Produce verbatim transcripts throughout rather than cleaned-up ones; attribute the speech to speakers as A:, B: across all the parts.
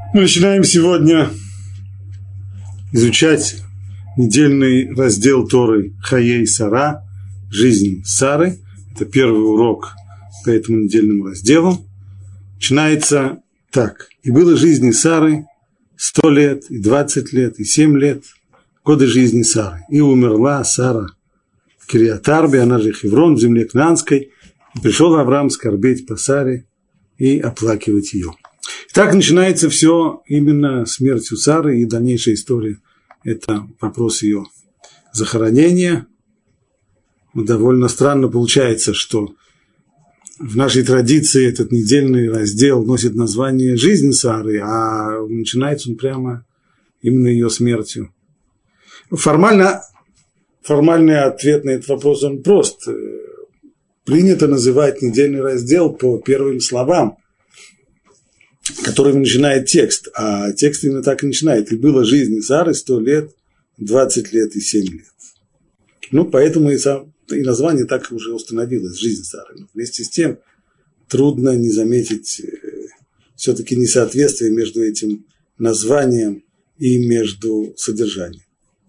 A: Мы начинаем сегодня изучать недельный раздел Торы Хаей Сара, жизнь Сары. Это первый урок по этому недельному разделу. Начинается так. И было жизни Сары сто лет, и двадцать лет, и семь лет, годы жизни Сары. И умерла Сара в Кириат-Арбе, она же Хеврон, в земле Кнаанской. И пришел Авраам скорбеть по Саре и оплакивать ее. Так начинается все именно смертью Сары, и дальнейшая история – это вопрос ее захоронения. Довольно странно получается, что в нашей традиции этот недельный раздел носит название «Жизнь Сары», а начинается он прямо именно ее смертью. Формально, формальный ответ на этот вопрос он прост. Принято называть недельный раздел по первым словам, которыми начинает текст, а текст именно так и начинает. И было жизни Сары сто лет, двадцать лет и семь лет. Ну, поэтому и, сам, и название так уже установилось, жизнь Сары. Но вместе с тем трудно не заметить все-таки несоответствие между этим названием и между содержанием.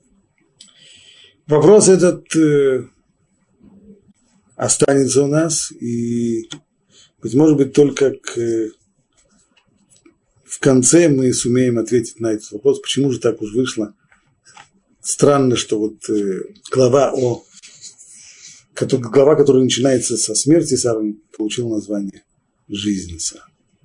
A: Вопрос этот э, останется у нас, и, быть может быть, только к... В конце мы сумеем ответить на этот вопрос, почему же так уж вышло. Странно, что вот э, глава, о, который, глава, которая начинается со смерти Сары, получила название «Жизнь Сары».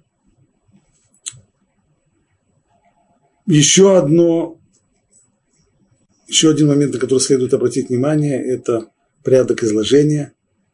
A: Еще одно, еще один момент, на который следует обратить внимание, это порядок изложения.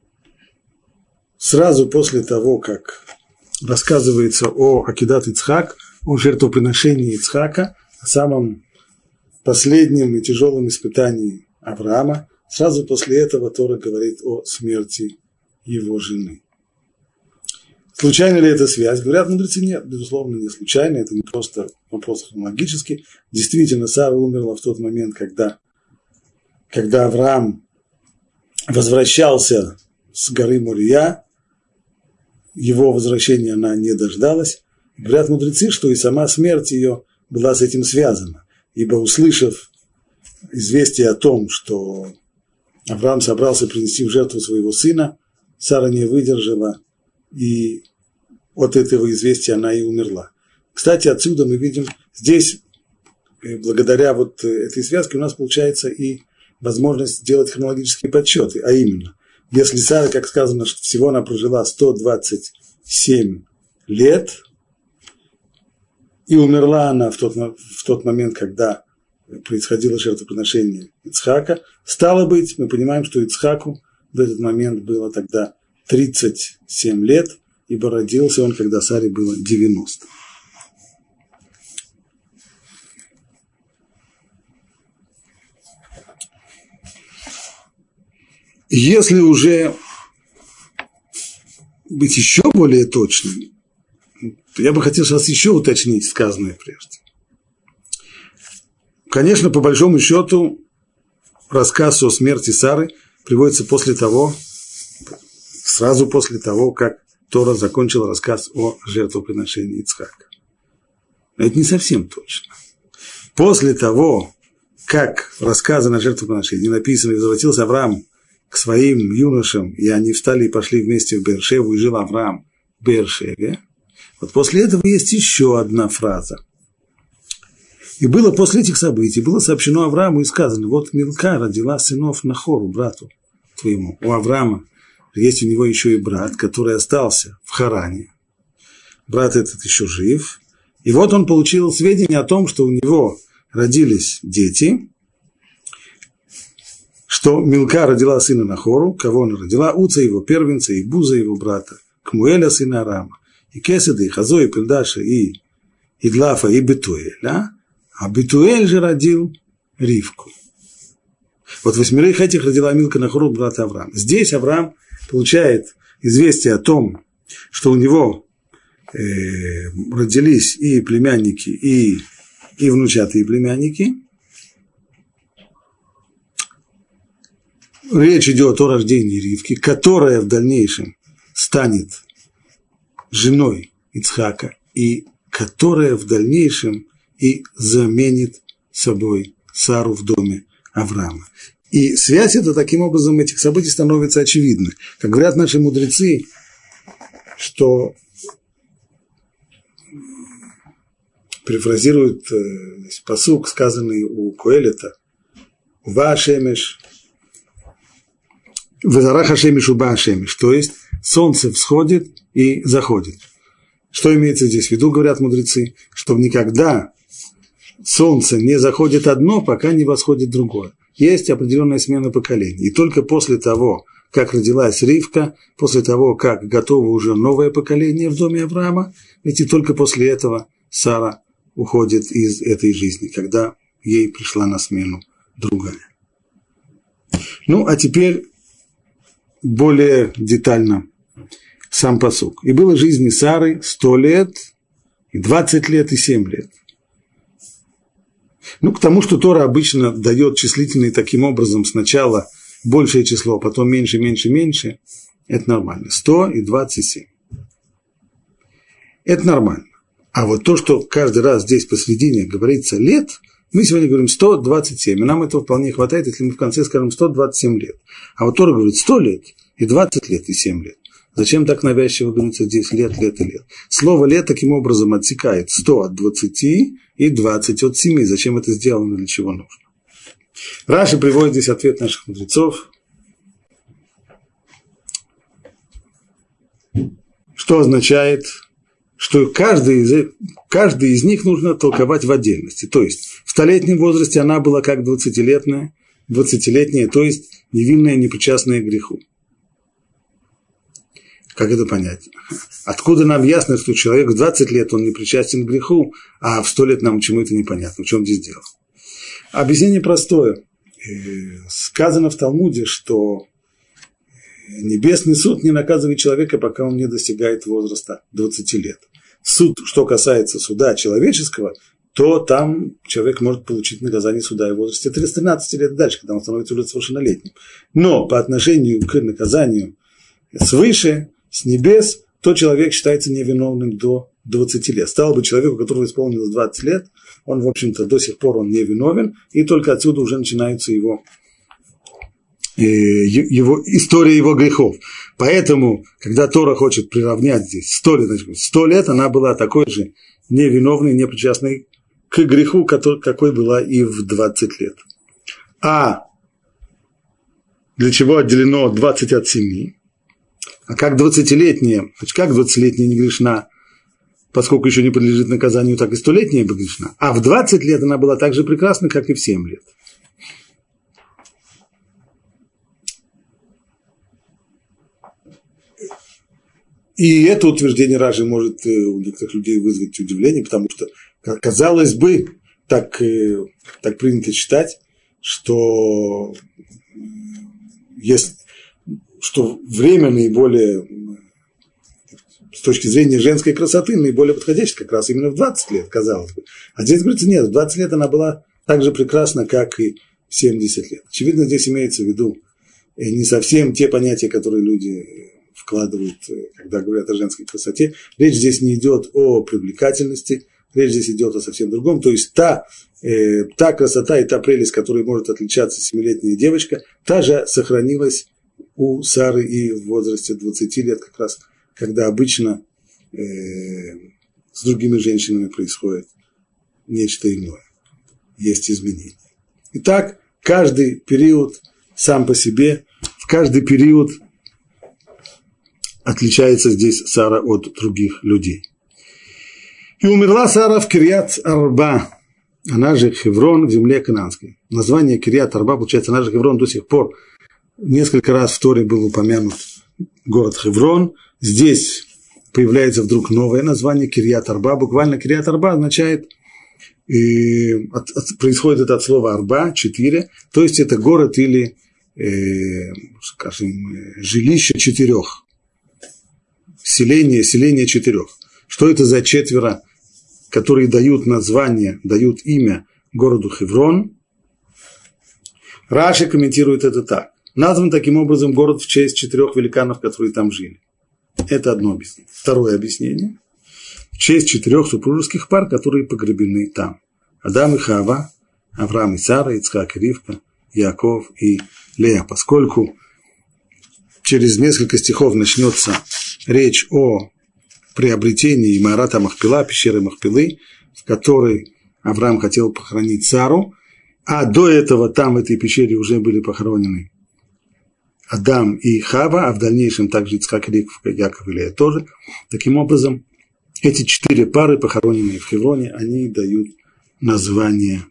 A: Сразу после того, как рассказывается о Акидат Ицхак, о жертвоприношении Ицхака, о самом последнем и тяжелом испытании Авраама. Сразу после этого Тора говорит о смерти его жены. Случайно ли это связь? Говорят мудрецы, нет, безусловно, не случайно. Это не просто вопрос хронологический. Действительно, Сара умерла в тот момент, когда, когда Авраам возвращался с горы Мория. Его возвращения она не дождалась. Говорят мудрецы, что и сама смерть ее была с этим связана. Ибо, услышав известие о том, что Авраам собрался принести в жертву своего сына, Сара не выдержала, и от этого известия она и умерла. Кстати, отсюда мы видим, здесь, благодаря вот этой связке, у нас получается и возможность сделать хронологические подсчеты, а именно, если Сара, как сказано, что всего она прожила сто двадцать семь лет, и умерла она в тот, в тот момент, когда происходило жертвоприношение Ицхака, стало быть, мы понимаем, что Ицхаку в этот момент было тогда тридцать семь лет, ибо родился он, когда Саре было девяносто. Если уже быть еще более точным, то я бы хотел сейчас еще уточнить сказанное прежде. Конечно, по большому счету, рассказ о смерти Сары приводится после того, сразу после того, как Тора закончила рассказ о жертвоприношении Ицхака. Но это не совсем точно. После того, как рассказано о жертвоприношении написано, и возвратился Авраам к своим юношам, и они встали и пошли вместе в Беэр-Шеву, и жил Авраам в Беэр-Шеве. Вот после этого есть еще одна фраза. И было после этих событий, было сообщено Аврааму и сказано, вот Милка родила сынов Нахору, брату твоему. У Авраама есть у него еще и брат, который остался в Харане. Брат этот еще жив. И вот он получил сведения о том, что у него родились дети, что Милка родила сына Нахору, кого она родила? Уца его первенца, и Буза его брата, Кмуэля сына Арама, и Кеседа, и Хазо, и Пельдаша, и Идлафа, и Бетуэля, а Бетуэль же родил Ривку. Вот восьмерых этих родила Милка Нахору, брата Авраама. Здесь Авраам получает известие о том, что у него э, родились и племянники, и, и внучатые племянники. Речь идет о рождении Ривки, которая в дальнейшем станет женой Ицхака. И которая в дальнейшем и заменит собой Сару в доме Авраама. И связь эта, таким образом, этих событий становится очевидной. Как говорят наши мудрецы, что перефразируют э, пасук, сказанный у Коэлета, «Ува Ашемеш, везарах Ашемеш уба Ашемеш», то есть солнце всходит и заходит. Что имеется здесь в виду, говорят мудрецы, что никогда солнце не заходит одно, пока не восходит другое. Есть определенная смена поколений. И только после того, как родилась Ривка, после того, как готово уже новое поколение в доме Авраама, ведь и только после этого Сара уходит из этой жизни, когда ей пришла на смену другая. Ну, а теперь более детально сам пасук. «И было жизни Сары сто лет, и двадцать лет, и семь лет». Ну, к тому, что Тора обычно дает числительные таким образом сначала большее число, потом меньше, меньше, меньше, это нормально. сто и двадцать семь. Это нормально. А вот то, что каждый раз здесь посредине говорится лет, мы сегодня говорим сто двадцать семь, и нам этого вполне хватает, если мы в конце скажем сто двадцать семь лет. А вот Тора говорит сто лет, и двадцать лет, и семь лет. Зачем так навязчиво говорится здесь лет, лет и лет? Слово лет таким образом отсекает сто от двадцати и двадцать от семи. Зачем это сделано, для чего нужно? Раши приводит здесь ответ наших мудрецов. Что означает, что каждый из, каждый из них нужно толковать в отдельности. То есть в столетнем возрасте она была как двадцатилетняя, двадцатилетняя, то есть невинная, непричастная к греху. Как это понять? Откуда нам ясно, что человек в двадцать лет он не причастен к греху, а в сто лет нам почему это непонятно? В чем здесь дело? Объяснение простое. Сказано в Талмуде, что небесный суд не наказывает человека, пока он не достигает возраста двадцати лет. Суд, что касается суда человеческого, то там человек может получить наказание суда в возрасте тринадцати лет и дальше, когда он становится уже совершеннолетним. Но по отношению к наказанию свыше, с небес, то человек считается невиновным до двадцати лет. Стало бы человеку, которому исполнилось двадцать лет, он, в общем-то, до сих пор он невиновен, и только отсюда уже начинается его, э, его история его грехов. Поэтому, когда Тора хочет приравнять здесь сто лет, значит, сто лет она была такой же невиновной, непричастной к греху, который, какой была и в двадцать лет. А для чего отделено двадцать от семи? А как двадцатилетняя, значит, как двадцатилетняя не грешна, поскольку еще не подлежит наказанию, так и столетняя бы грешна. А в двадцать лет она была так же прекрасна, как и в семь лет. И это утверждение Раши может у некоторых людей вызвать удивление, потому что, казалось бы, так, так принято считать, что есть... что время наиболее, с точки зрения женской красоты, наиболее подходящее как раз именно в двадцать лет, казалось бы. А здесь говорится, нет, в двадцать лет она была так же прекрасна, как и в семьдесят лет. Очевидно, здесь имеется в виду не совсем те понятия, которые люди вкладывают, когда говорят о женской красоте. Речь здесь не идет о привлекательности, речь здесь идет о совсем другом. То есть та, э, та красота и та прелесть, которой может отличаться семилетняя девочка, та же сохранилась у Сары и в возрасте двадцати лет, как раз, когда обычно э, с другими женщинами происходит нечто иное, есть изменения. Итак, каждый период сам по себе, в каждый период отличается здесь Сара от других людей. И умерла Сара в Кирьят-Арба, она же Хеврон в земле Кананской. Название Кирьят-Арба, получается, она же Хеврон до сих пор. Несколько раз в Торе был упомянут город Хеврон. Здесь появляется вдруг новое название Кирьят-Арба. Буквально Кирьят-Арба означает, э, от, от, происходит это от слова Арба, четыре. То есть это город или, э, скажем, жилище четырех. Селение, селение четырех. Что это за четверо, которые дают название, дают имя городу Хеврон? Раши комментирует это так. Назван таким образом город в честь четырех великанов, которые там жили. Это одно объяснение. Второе объяснение. В честь четырех супружеских пар, которые погребены там. Адам и Хава, Авраам и Сара, Ицхак и Ривка, Иаков и Лея. Поскольку через несколько стихов начнется речь о приобретении Маарата Махпела, пещеры Махпелы, в которой Авраам хотел похоронить Сару, а до этого там в этой пещере уже были похоронены Адам и Хава, а в дальнейшем также Ицхак и Ривка, Яков и Лея тоже. Таким образом, эти четыре пары, похороненные в Хевроне, они дают название,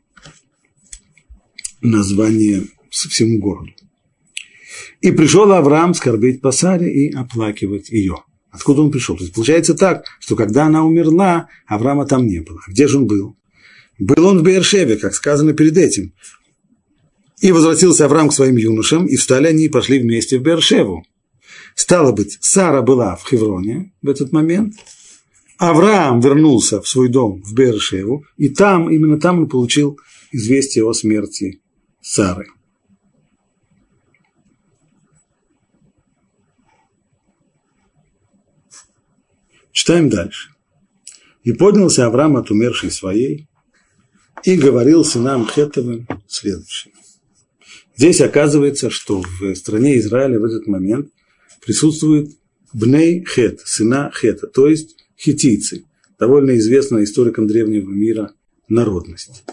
A: название всему городу. И пришел Авраам скорбеть по Саре и оплакивать ее. Откуда он пришел? То есть получается так, что когда она умерла, Авраама там не было. Где же он был? Был он в Беэр-Шеве, как сказано перед этим. И возвратился Авраам к своим юношам, и встали они и пошли вместе в Беэр-Шеву. Стало быть, Сара была в Хевроне в этот момент. Авраам вернулся в свой дом в Беэр-Шеву, и там, именно там он получил известие о смерти Сары. Читаем дальше. «И поднялся Авраам от умершей своей, и говорил сынам Хеттовым следующее». Здесь оказывается, что в стране Израиля в этот момент присутствует Бней Хет, сына Хета, то есть хиттийцы, довольно известная историкам древнего мира народность.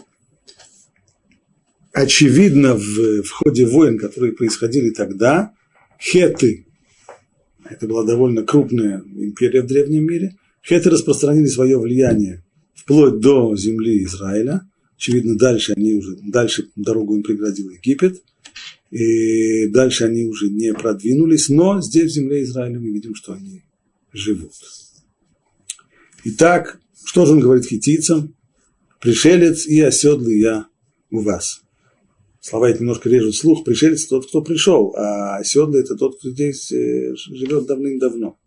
A: Очевидно, в, в ходе войн, которые происходили тогда, хетты, это была довольно крупная империя в древнем мире, хетты распространили свое влияние вплоть до земли Израиля. Очевидно, дальше они уже, дальше дорогу им преградил Египет, и дальше они уже не продвинулись, но здесь, в земле Израиля, мы видим, что они живут. Итак, что же он говорит хиттийцам? «Пришелец и оседлый я у вас». Слова эти немножко режут слух. Пришелец – тот, кто пришел, а оседлый – это тот, кто здесь живет давным-давно.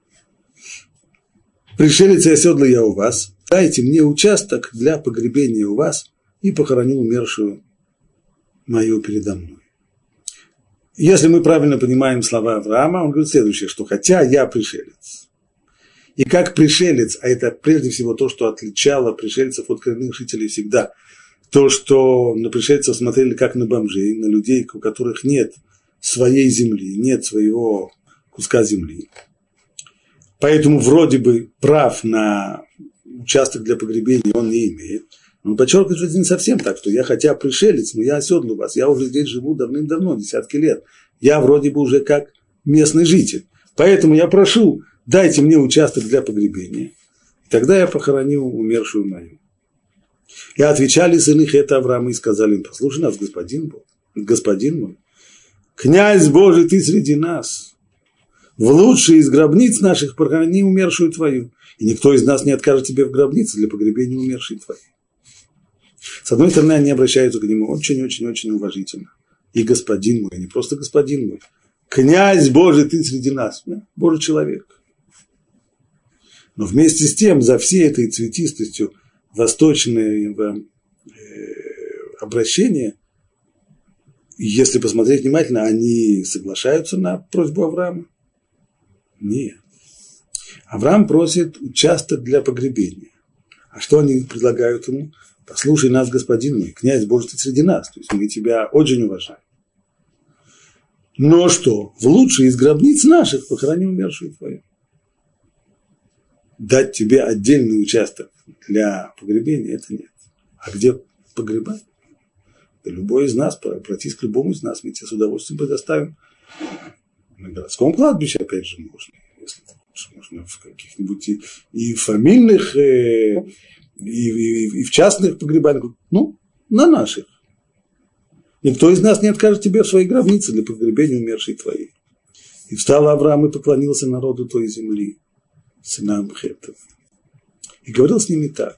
A: «Пришелец и оседлый я у вас. Дайте мне участок для погребения у вас, и похороню умершую мою передо мной». Если мы правильно понимаем слова Авраама, он говорит следующее, что хотя я пришелец, и как пришелец, а это прежде всего то, что отличало пришельцев от коренных жителей всегда, то, что на пришельцев смотрели как на бомжей, на людей, у которых нет своей земли, нет своего куска земли. Поэтому вроде бы прав на участок для погребения он не имеет. Он подчеркивает, что это не совсем так, что я хотя пришелец, но я оседлый вас, я уже здесь живу давным-давно, десятки лет. Я вроде бы уже как местный житель. Поэтому я прошу, дайте мне участок для погребения, тогда я похороню умершую мою. И отвечали сыны Хета Авраама и сказали им: послушай нас, господин Бог, господин мой, князь Божий, ты среди нас, в лучшей из гробниц наших похорони умершую твою, и никто из нас не откажет тебе в гробнице для погребения умершей твоей. С одной стороны, они обращаются к нему очень-очень-очень уважительно. И господин мой, не просто господин мой, князь Божий, ты среди нас, да? Божий человек. Но вместе с тем, за всей этой цветистостью восточного э, обращения, если посмотреть внимательно, они соглашаются на просьбу Авраама? Нет. Авраам просит участок для погребения. А что они предлагают ему? Послушай нас, господин мой, князь Божий, ты среди нас, то есть мы тебя очень уважаем. Но что? В лучшей из гробниц наших похорони умершую твою. Дать тебе отдельный участок для погребения – это нет. А где погребать? Да любой из нас, обратись к любому из нас, мы тебе с удовольствием предоставим. На городском кладбище, опять же, можно. Если можно в каких-нибудь и, и фамильных, и, и, и в частных погребаниях. Ну, на наших. Никто из нас не откажет тебе в своей гробнице для погребения умершей твоей. И встал Авраам и поклонился народу той земли, сынам Хеттов. И говорил с ними так: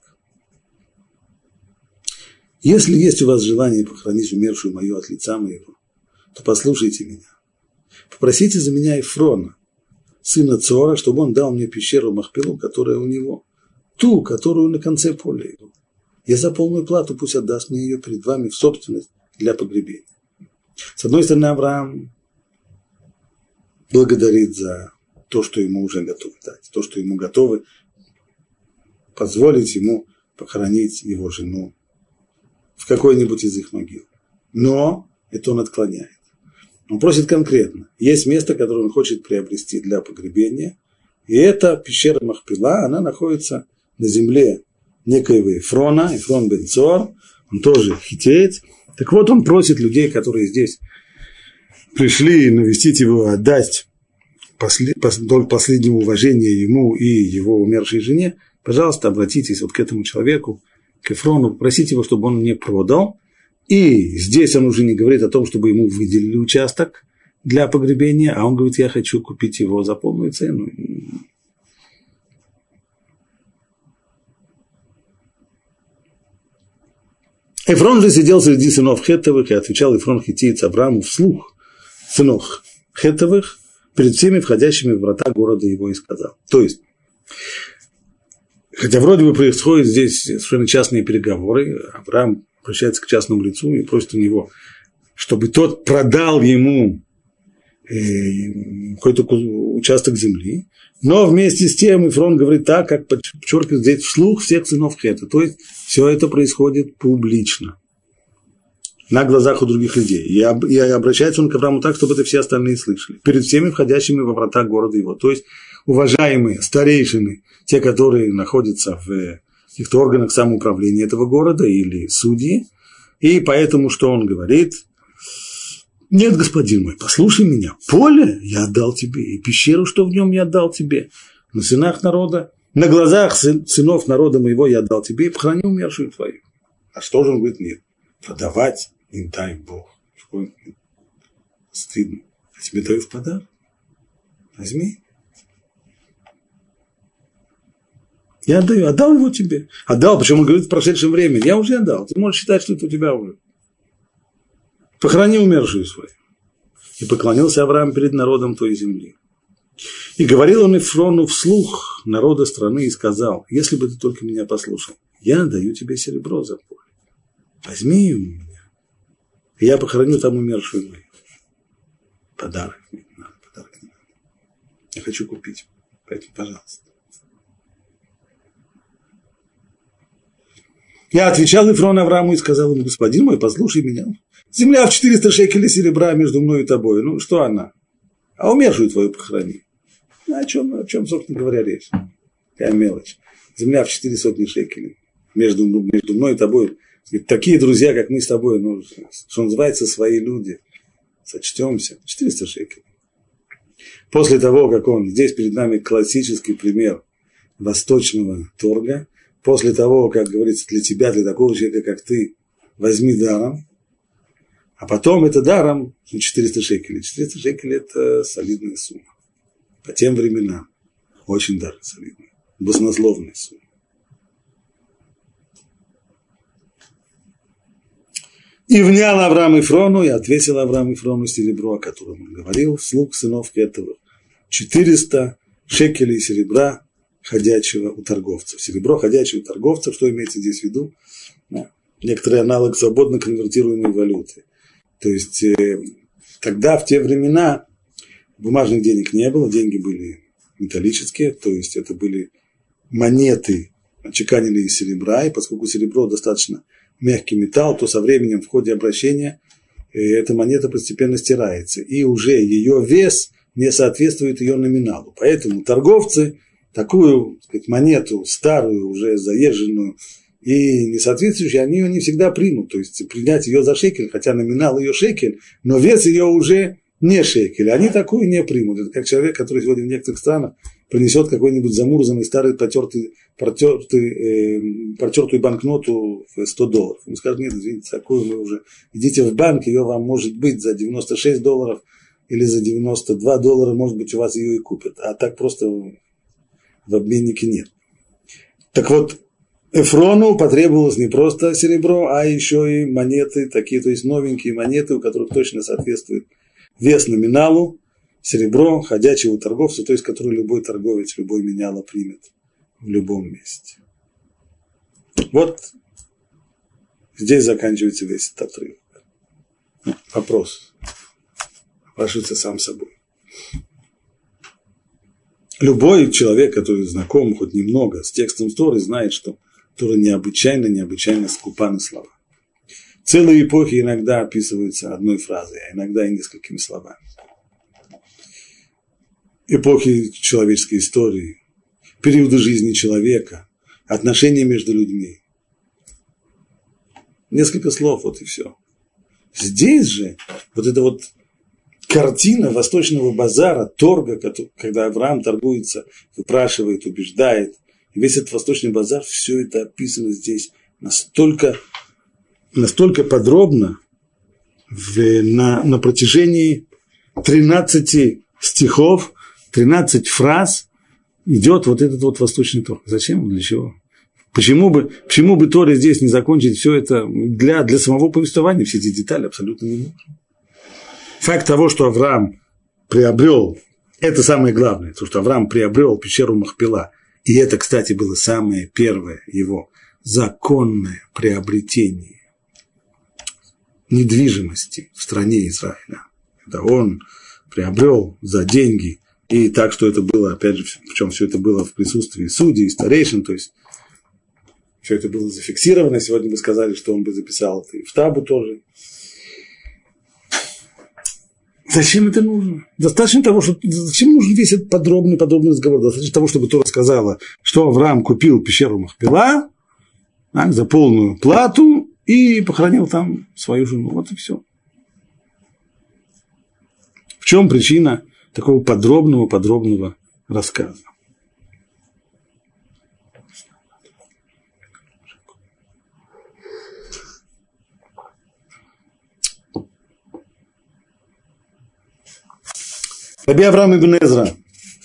A: если есть у вас желание похоронить умершую мою от лица моего, то послушайте меня. Попросите за меня Эфрона, сына Цора, чтобы он дал мне пещеру Махпелу, которая у него, ту, которую на конце поля его. Я за полную плату пусть отдаст мне ее перед вами в собственность для погребения. С одной стороны, Авраам благодарит за то, что ему уже готовы дать, то, что ему готовы позволить ему похоронить его жену в какой-нибудь из их могил. Но это он отклоняет. Он просит конкретно. Есть место, которое он хочет приобрести для погребения, и это пещера Махпила, она находится на земле некоего Эфрона, Эфрон бен Цоар, он тоже хиттеец. Так вот, он просит людей, которые здесь пришли навестить его, отдать после, долг последнего уважения ему и его умершей жене, пожалуйста, обратитесь вот к этому человеку, к Эфрону, попросите его, чтобы он не продал. И здесь он уже не говорит о том, чтобы ему выделили участок для погребения, а он говорит, я хочу купить его за полную цену. Эфрон же сидел среди сынов Хеттовых и отвечал Эфрон хиттеец Аврааму вслух сынов Хеттовых перед всеми входящими в врата города его и сказал. То есть, хотя вроде бы происходят здесь совершенно частные переговоры, Авраам обращается к частному лицу и просит у него, чтобы тот продал ему какой-то участок земли, но вместе с тем Эфрон говорит так, как подчеркивает здесь вслух всех сынов Хетта. То есть, все это происходит публично, на глазах у других людей. И обращается он к Аврааму так, чтобы это все остальные слышали. Перед всеми входящими во врата города его. То есть, уважаемые старейшины, те, которые находятся в каких-то органах самоуправления этого города или судьи, и поэтому, что он говорит? Нет, господин мой, послушай меня, поле я отдал тебе, и пещеру, что в нем я отдал тебе, на сынах народа, на глазах сын, сынов народа моего я отдал тебе, и похоронил умершую твою. А что же он говорит? Нет, продавать не дай Бог. Стыдно. А тебе даю в подарок. Возьми. Я отдаю, отдал его тебе. Отдал, причем он говорит в прошедшем времени. Я уже отдал. Ты можешь считать, что это у тебя уже. Похорони умершую свою. И поклонился Авраам перед народом той земли. И говорил он Эфрону вслух народа страны и сказал, если бы ты только меня послушал, я даю тебе серебро за поле. Возьми его у меня, и я похороню там умершую мою. Подарок не надо, подарок не надо. Я хочу купить, поэтому, пожалуйста. Я отвечал Эфрон Аврааму и сказал ему, господин мой, послушай меня. Земля в четыреста шекелей серебра между мной и тобой. Ну, что она? А умершую твою похорони. Ну, о чем, о чем, собственно говоря, речь? Какая мелочь. Земля в четыре сотни шекелей между, между мной и тобой. Такие друзья, как мы с тобой, ну, что называется, свои люди. Сочтемся. четыреста шекелей. После того, как он, здесь перед нами классический пример восточного торга, после того, как говорится, для тебя, для такого человека, как ты, возьми даром, а потом это даром четыреста шекелей. четыреста шекелей – это солидная сумма. По тем временам очень даже солидная, баснословная сумма. И внял Авраам Эфрону, и ответил Авраам Эфрону серебро, о котором он говорил, слуг сынов Хеттовых. четыреста шекелей серебра ходячего у торговцев. Серебро ходячего у торговцев, что имеется здесь в виду? Некоторый аналог свободно конвертируемой валюты. То есть, э, тогда, в те времена, бумажных денег не было, деньги были металлические, то есть, это были монеты, отчеканили из серебра, и поскольку серебро достаточно мягкий металл, то со временем в ходе обращения э, эта монета постепенно стирается, и уже ее вес не соответствует ее номиналу. Поэтому торговцы такую, так сказать, монету старую, уже заезженную, и несоответствующие, они ее не всегда примут. То есть, принять ее за шекель, хотя номинал ее шекель, но вес ее уже не шекель. Они такую не примут. Это как человек, который сегодня в некоторых странах принесет какой-нибудь замурзанный, старый, потертый, протертый, э, протертую банкноту в сто долларов. Он скажет, нет, извините, такую мы уже... Идите в банк, ее вам может быть за девяносто шесть долларов или за девяносто два доллара, может быть, у вас ее и купят. А так просто в обменнике нет. Так вот, Эфрону потребовалось не просто серебро, а еще и монеты, такие, то есть новенькие монеты, у которых точно соответствует вес номиналу, серебро ходячего торговца, то есть который любой торговец, любой меняло примет в любом месте. Вот здесь заканчивается весь этот отрывок. Вопрос. Вошится сам собой. любой человек, который знаком хоть немного с текстом Торы, знает, что Тора необычайно, необычайно скупа на слова. Целые эпохи иногда описываются одной фразой, а иногда и несколькими словами. Эпохи человеческой истории, периоды жизни человека, отношения между людьми. Несколько слов, вот и все. Здесь же вот эта вот картина восточного базара, торга, когда Авраам торгуется, выпрашивает, убеждает. И весь этот восточный базар, все это описано здесь настолько, настолько подробно в, на, на протяжении тринадцати стихов, тринадцати фраз идет вот этот вот восточный торг. Зачем? Для чего? Почему бы, почему бы Торе здесь не закончить все это для, для самого повествования? Все эти детали абсолютно не нужны. Факт того, что Авраам приобрел, это самое главное, то, что Авраам приобрел пещеру Махпела, и это, кстати, было самое первое его законное приобретение недвижимости в стране Израиля. Это он приобрел за деньги, и так, что это было, опять же, причем все это было в присутствии судей, старейшин, то есть все это было зафиксировано. Сегодня мы сказали, что он бы записал это и в табу тоже. Зачем это нужно? Достаточно того, что... Зачем нужен весь этот подробный, подробный разговор? Достаточно того, чтобы Тора сказала, что Авраам купил пещеру Махпела так, за полную плату и похоронил там свою жену. Вот и все. В чем причина такого подробного, подробного рассказа? Раби Авраам ибн Эзра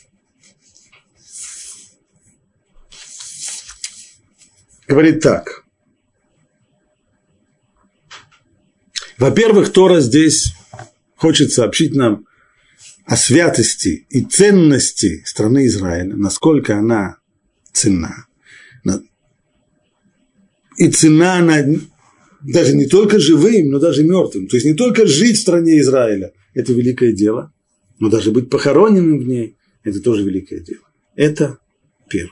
A: говорит так. Во-первых, Тора здесь хочет сообщить нам о святости и ценности страны Израиля, насколько она ценна. И цена она даже не только живым, но даже мертвым. То есть не только жить в стране Израиля – это великое дело, но даже быть похороненным в ней – это тоже великое дело. Это первое.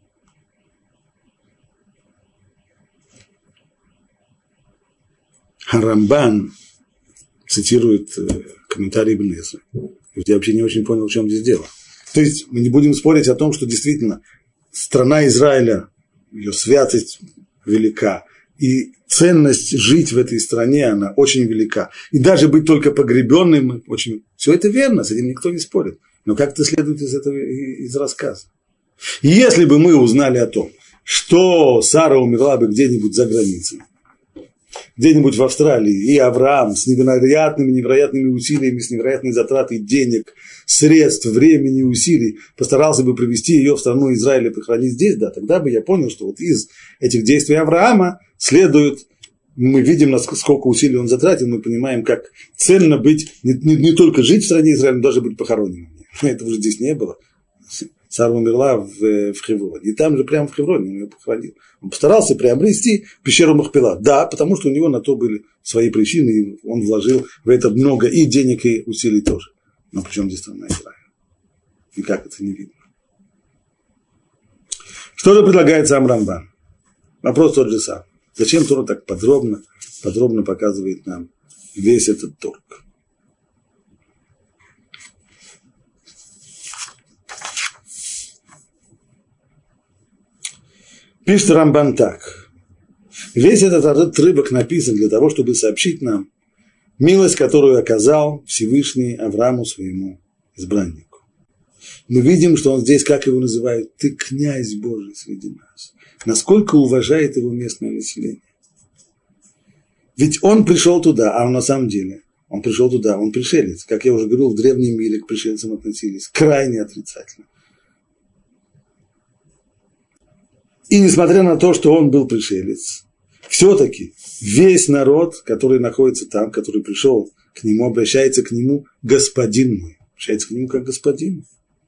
A: Рамбан цитирует комментарий Ибн Эзры. Я вообще не очень понял, в чем здесь дело. То есть мы не будем спорить о том, что действительно страна Израиля, ее святость велика, и ценность жить в этой стране, она очень велика. И даже быть только погребенным, очень... все это верно, с этим никто не спорит. Но как это следует из этого, из рассказа? Если бы мы узнали о том, что Сара умерла бы где-нибудь за границей, где-нибудь в Австралии, и Авраам с невероятными, невероятными усилиями, с невероятной затратой денег, средств, времени и усилий постарался бы привести ее в страну Израиля и похоронить здесь, да, тогда бы я понял, что вот из этих действий Авраама следует, мы видим, насколько усилий он затратил, мы понимаем, как ценно быть, не, не, не только жить в стране Израиля, но даже быть похороненным. Этого же здесь не было. Сара умерла в, в Хевроне. И там же прямо в Хевроне он ее похоронил. Он постарался приобрести пещеру Махпела. Да, потому что у него на то были свои причины, и он вложил в это много и денег, и усилий тоже. Но при чем здесь страна Израиля? И как это не видно? Что же предлагает сам Рамбан? Вопрос тот же сам. Зачем Тора так подробно, подробно показывает нам весь этот торг? Пишет Рамбан так. Весь этот отрывок написан для того, чтобы сообщить нам милость, которую оказал Всевышний Аврааму, своему избраннику. Мы видим, что он здесь, как его называют, ты князь Божий среди нас. Насколько уважает его местное население. Ведь он пришел туда, а он на самом деле, он пришел туда, он пришелец. Как я уже говорил, в древнем мире к пришельцам относились крайне отрицательно. И несмотря на то, что он был пришелец, все-таки весь народ, который находится там, который пришел к нему, обращается к нему господин мой. Обращается к нему как господин.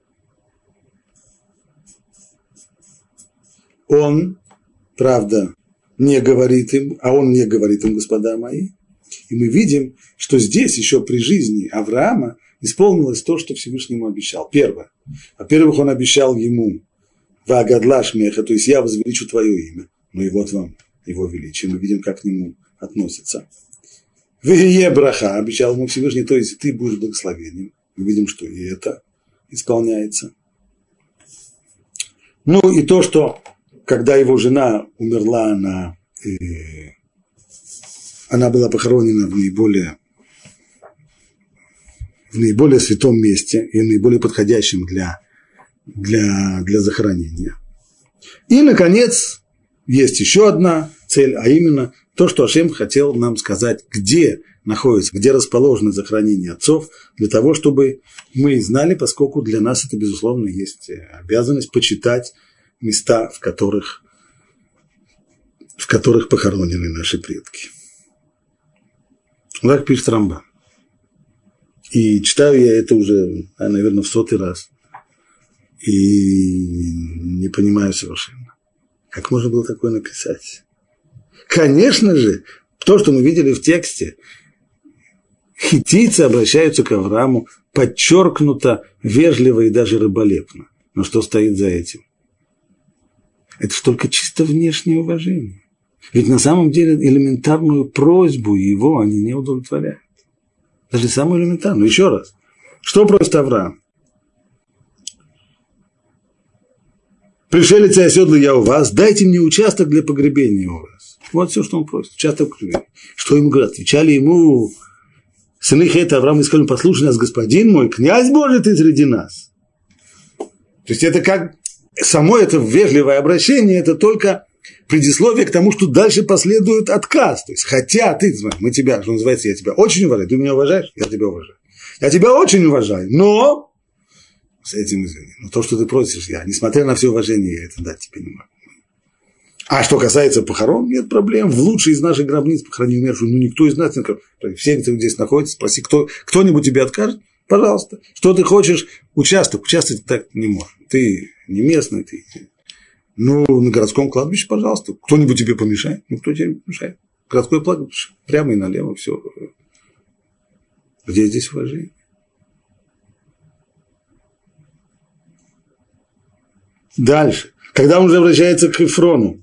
A: Он, правда, не говорит им, а он не говорит им, господа мои. И мы видим, что здесь еще при жизни Авраама исполнилось то, что Всевышний ему обещал. Первое. Во-первых, он обещал ему «Ваагадла шмеха», то есть я возвеличу твое имя. Ну и вот вам его величие, мы видим, как к нему относится. «Вие браха», обещал ему Всевышний, то есть ты будешь благословением. Мы видим, что и это исполняется. Ну и то, что когда его жена умерла, она, э, она была похоронена в наиболее, в наиболее святом месте и наиболее подходящем для, для, для захоронения. И, наконец, есть еще одна цель, а именно то, что Ашем хотел нам сказать, где находится, где расположено захоронение отцов, для того, чтобы мы знали, поскольку для нас это, безусловно, есть обязанность почитать места, в которых, в которых похоронены наши предки. Так пишет Рамбам. И читаю я это уже, наверное, в сотый раз. И не понимаю совершенно, как можно было такое написать. Конечно же, то, что мы видели в тексте, хиттийцы обращаются к Аврааму подчеркнуто, вежливо и даже раболепно. Но что стоит за этим? Это же только чисто внешнее уважение. Ведь на самом деле элементарную просьбу его они не удовлетворяют. Даже самую элементарную. Еще раз. Что просит Авраам? Пришелец и оседлый я у вас, дайте мне участок для погребения у вас. Вот все, что он просит. Участок погребения. Что ему говорят? Отвечали ему сыны Хета, Авраам и сказали, послушай нас, господин мой, князь Божий ты среди нас. То есть это как само это вежливое обращение, это только предисловие к тому, что дальше последует отказ. То есть, хотя ты, мы тебя, что называется, я тебя очень уважаю, ты меня уважаешь, я тебя уважаю. Я тебя очень уважаю, но с этим извини. Но то, что ты просишь, я, несмотря на все уважение, я это дать тебе не могу. А что касается похорон, нет проблем. В лучшей из наших гробниц похорони умершую. Ну, никто из нас не откажет. Все, кто здесь находится, спроси, кто, кто-нибудь тебе откажет, пожалуйста. Что ты хочешь? Участок. Участвовать так не можешь. Ты не местный, ты. Ну, на городском кладбище, пожалуйста. Кто-нибудь тебе помешает? Никто тебе не помешает. Городское кладбище. Прямо и налево. Все. Где здесь уважение? Дальше. Когда он уже обращается к Ефрону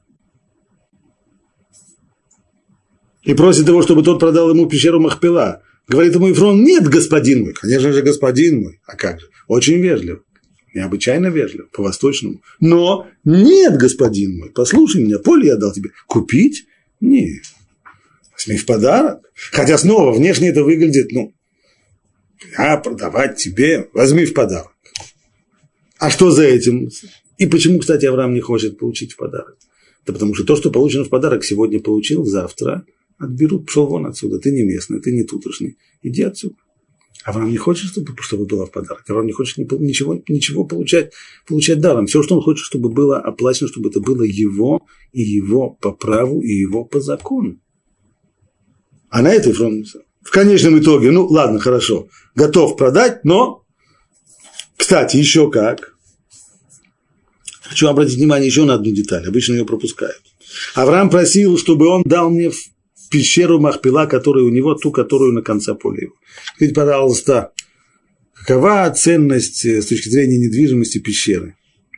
A: и просит его, чтобы тот продал ему пещеру Махпела, говорит ему Ефрон, нет, господин мой. Конечно же, господин мой. А как же? Очень вежливо. Необычайно вежливо, по-восточному. Но нет, господин мой, послушай меня, поле я дал тебе. Купить? Нет. Возьми в подарок. Хотя снова внешне это выглядит, ну, а продавать тебе, возьми в подарок. А что за этим? И почему, кстати, Авраам не хочет получить в подарок? Да потому что то, что получено в подарок, сегодня получил, завтра отберут, пошел вон отсюда. Ты не местный, ты не тутошний. Иди отсюда. Авраам не хочет, чтобы, чтобы было в подарок. Авраам не хочет ничего, ничего получать, получать даром. Все, что он хочет, чтобы было оплачено, чтобы это было его, и его по праву, и его по закону. А на это Ефрон в конечном итоге, ну ладно, хорошо, готов продать, но, кстати, еще как. Хочу обратить внимание еще на одну деталь, обычно ее пропускают. Авраам просил, чтобы он дал мне в пещеру Махпела, которая у него, ту, которую на конце поля его. Скажите, пожалуйста, какова ценность с точки зрения недвижимости пещеры?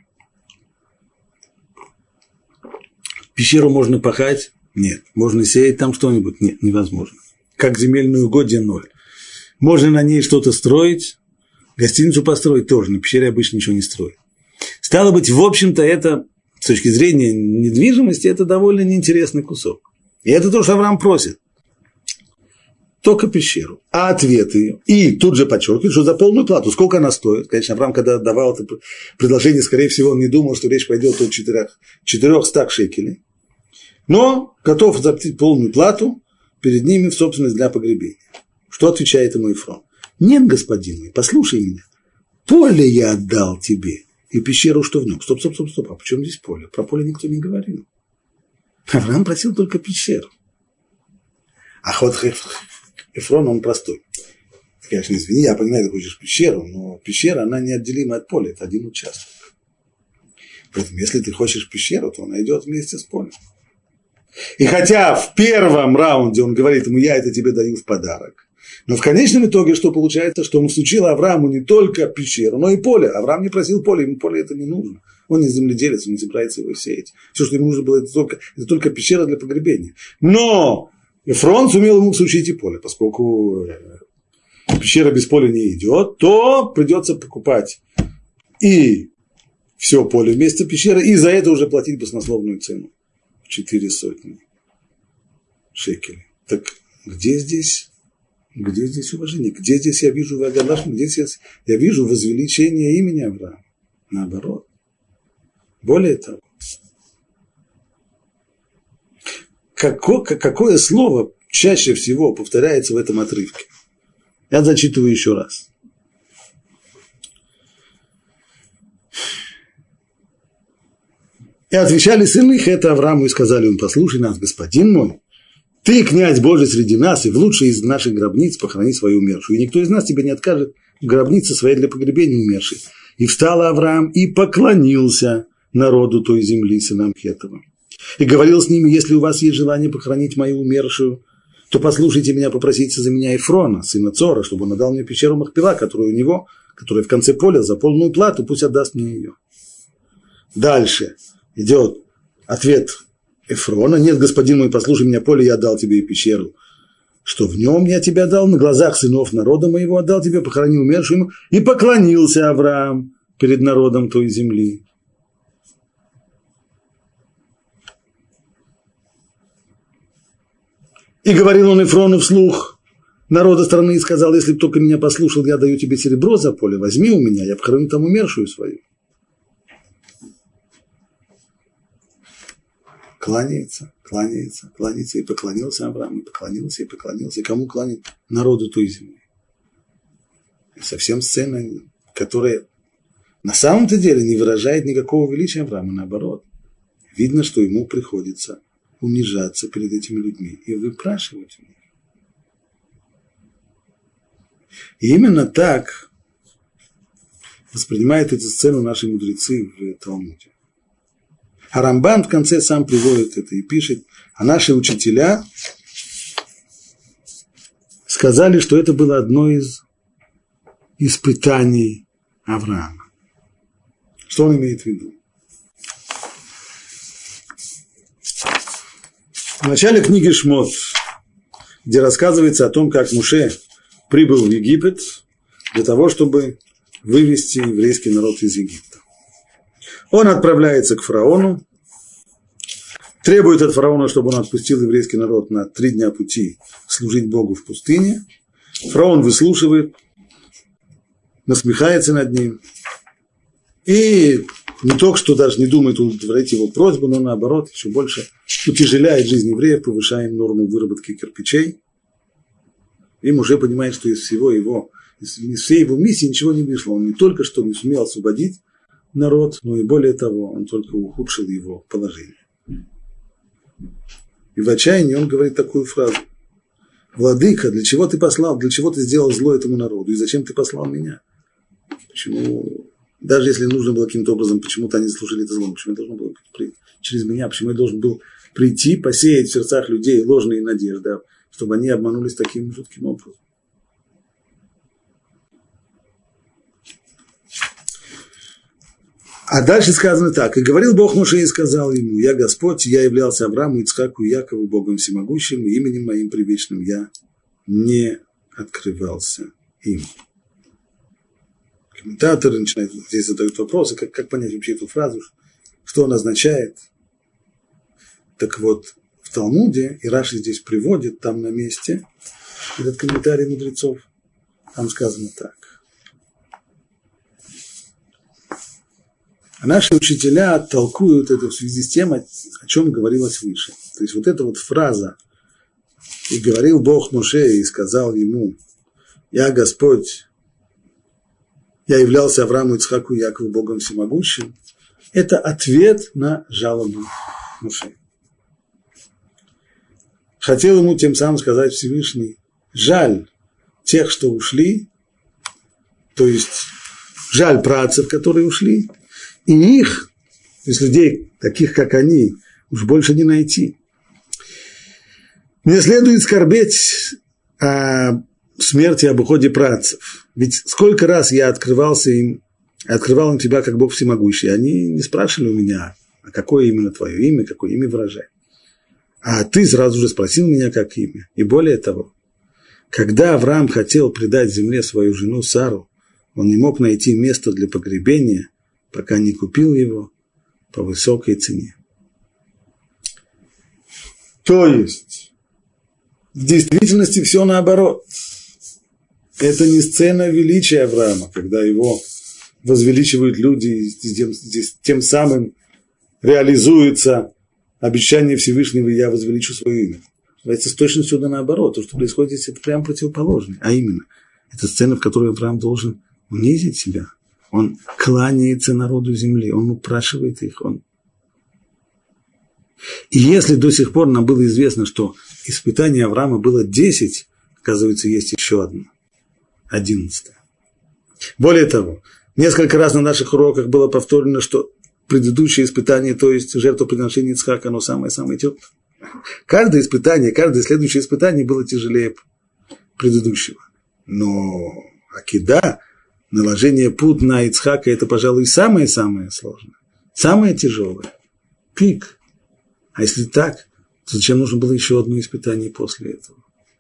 A: Пещеру можно пахать? Нет. Можно сеять там что-нибудь? Нет, невозможно. Как земельные угодья? Ноль. Можно на ней что-то строить? Гостиницу построить тоже, на пещере обычно ничего не строят. Стало быть, в общем-то, это, с точки зрения недвижимости, это довольно неинтересный кусок. И это то, что Авраам просит. Только пещеру. А ответ ее. И тут же подчеркивает, что за полную плату. Сколько она стоит? Конечно, Авраам, когда давал это предложение, скорее всего, он не думал, что речь пойдет о четырехстах шекелей. Но готов заплатить полную плату перед ними в собственность для погребения. Что отвечает ему Ефрон? Нет, господин мой, послушай меня. Поле я отдал тебе. И пещеру, что в нем? Стоп, стоп, стоп, стоп. А почему здесь поле? Про поле никто не говорил. Авраам просил только пещеру. А ход Ефрон, он простой. Конечно, извини, я понимаю, ты хочешь пещеру, но пещера, она неотделима от поля. Это один участок. Поэтому, если ты хочешь пещеру, то она идет вместе с полем. И хотя в первом раунде он говорит ему, я это тебе даю в подарок, Но в конечном итоге что получается? Что он всучил Аврааму не только пещеру, но и поле. Авраам не просил поле, ему поле это не нужно. Он не земледелец, он не собирается его сеять. Все, что ему нужно было, это только, это только пещера для погребения. Но Эфрон сумел ему всучить и поле, поскольку пещера без поля не идет, то придется покупать и все поле вместо пещеры, и за это уже платить баснословную цену. Четыре сотни шекелей. Так где здесь, где здесь уважение? Где здесь я вижу Вагалаш? Где здесь я вижу возвеличение имени Авраама? Наоборот. Более того, какое, какое слово чаще всего повторяется в этом отрывке? Я зачитываю еще раз. И отвечали сыны Хета Аврааму и сказали ему: послушай нас, господин мой, ты князь Божий среди нас, и в лучшей из наших гробниц похорони свою умершую. И никто из нас тебе не откажет в гробнице своей для погребения умершей. И встал Авраам и поклонился народу той земли, сынам Хетовым. И говорил с ними: если у вас есть желание похоронить мою умершую, то послушайте меня попроситься за меня Эфрона, сына Цора, чтобы он отдал мне пещеру Махпела, которую у него, которая в конце поля, за полную плату, пусть отдаст мне ее. Дальше идет ответ Эфрона: нет, господин мой, послушай меня, поле, я отдал тебе и пещеру, что в нем я тебя дал, на глазах сынов народа моего отдал тебе, похорони умершую ему. И поклонился Авраам перед народом той земли. И говорил он Эфрону вслух народа страны и сказал: если бы только меня послушал, я даю тебе серебро за поле, возьми у меня, я похороню там умершую свою. Кланяется, кланяется, кланяется, и поклонился Авраам, и поклонился, и поклонился. И кому кланяет? Народу той земли. И совсем сцена, которая на самом-то деле не выражает никакого величия Авраама, наоборот. Видно, что ему приходится унижаться перед этими людьми и выпрашивать у них. И именно так воспринимают эту сцену наши мудрецы в Талмуде. А Рамбан в конце сам приводит это и пишет: а наши учителя сказали, что это было одно из испытаний Авраама. Что он имеет в виду? В начале книги Шмот, где рассказывается о том, как Моше прибыл в Египет для того, чтобы вывести еврейский народ из Египта. Он отправляется к фараону, требует от фараона, чтобы он отпустил еврейский народ на три дня пути служить Богу в пустыне. Фараон выслушивает, насмехается над ним и не только что даже не думает удовлетворить его просьбу, но наоборот еще больше утяжеляет жизнь евреев, повышая им норму выработки кирпичей. Им уже понимает, что из всего его, из всей его миссии ничего не вышло. Он не только что не сумел освободить народ, но и более того, он только ухудшил его положение. И в отчаянии он говорит такую фразу: «Владыка, для чего ты послал, для чего ты сделал зло этому народу, и зачем ты послал меня? Почему, даже если нужно было каким-то образом, почему-то они заслужили это зло, почему я должен был прийти через меня, почему я должен был прийти, посеять в сердцах людей ложные надежды, чтобы они обманулись таким жутким образом?» А дальше сказано так: «И говорил Бог Моше и сказал ему: я Господь, я являлся Аврааму, Ицхаку и Якову, Богом всемогущим, и именем моим привечным я не открывался им». Комментаторы начинают здесь задают вопросы, как, как понять вообще эту фразу, что она означает. Так вот, в Талмуде, и Раши здесь приводит, там на месте, этот комментарий мудрецов, там сказано так. А наши учителя толкуют это в связи с тем, о чем говорилось выше. То есть вот эта вот фраза: «И говорил Бог Моше и сказал ему: я Господь, я являлся Аврааму, Ицхаку и Якову, Богом всемогущим», это ответ на жалобу Моше. Хотел ему тем самым сказать Всевышний: жаль тех, что ушли, то есть жаль праотцев, которые ушли, и их, то есть людей, таких как они, уж больше не найти. Мне следует скорбеть о смерти, об уходе працев. Ведь сколько раз я открывался им, открывал им тебя как Бог всемогущий. Они не спрашивали у меня, а какое именно твое имя, какое имя выражает. А ты сразу же спросил меня, как имя. И более того, когда Авраам хотел предать земле свою жену Сару, он не мог найти место для погребения, пока не купил его по высокой цене. То есть, в действительности все наоборот. Это не сцена величия Авраама, когда его возвеличивают люди, и тем, тем самым реализуется обещание Всевышнего: я возвеличу свое имя. Это с точностью да наоборот. То, что происходит здесь, это прямо противоположное. А именно, это сцена, в которой Авраам должен унизить себя. Он кланяется народу земли, он упрашивает их. Он... И если до сих пор нам было известно, что испытание Авраама было десять, оказывается, есть еще одно. Одиннадцатое. Более того, несколько раз на наших уроках было повторено, что предыдущее испытание, то есть жертвоприношение Ицхака, оно самое-самое теплое. Каждое испытание, каждое следующее испытание было тяжелее предыдущего. Но акида, наложение пут на Ицхака, это, пожалуй, самое-самое сложное, самое тяжелое. Пик. А если так, то зачем нужно было еще одно испытание после этого?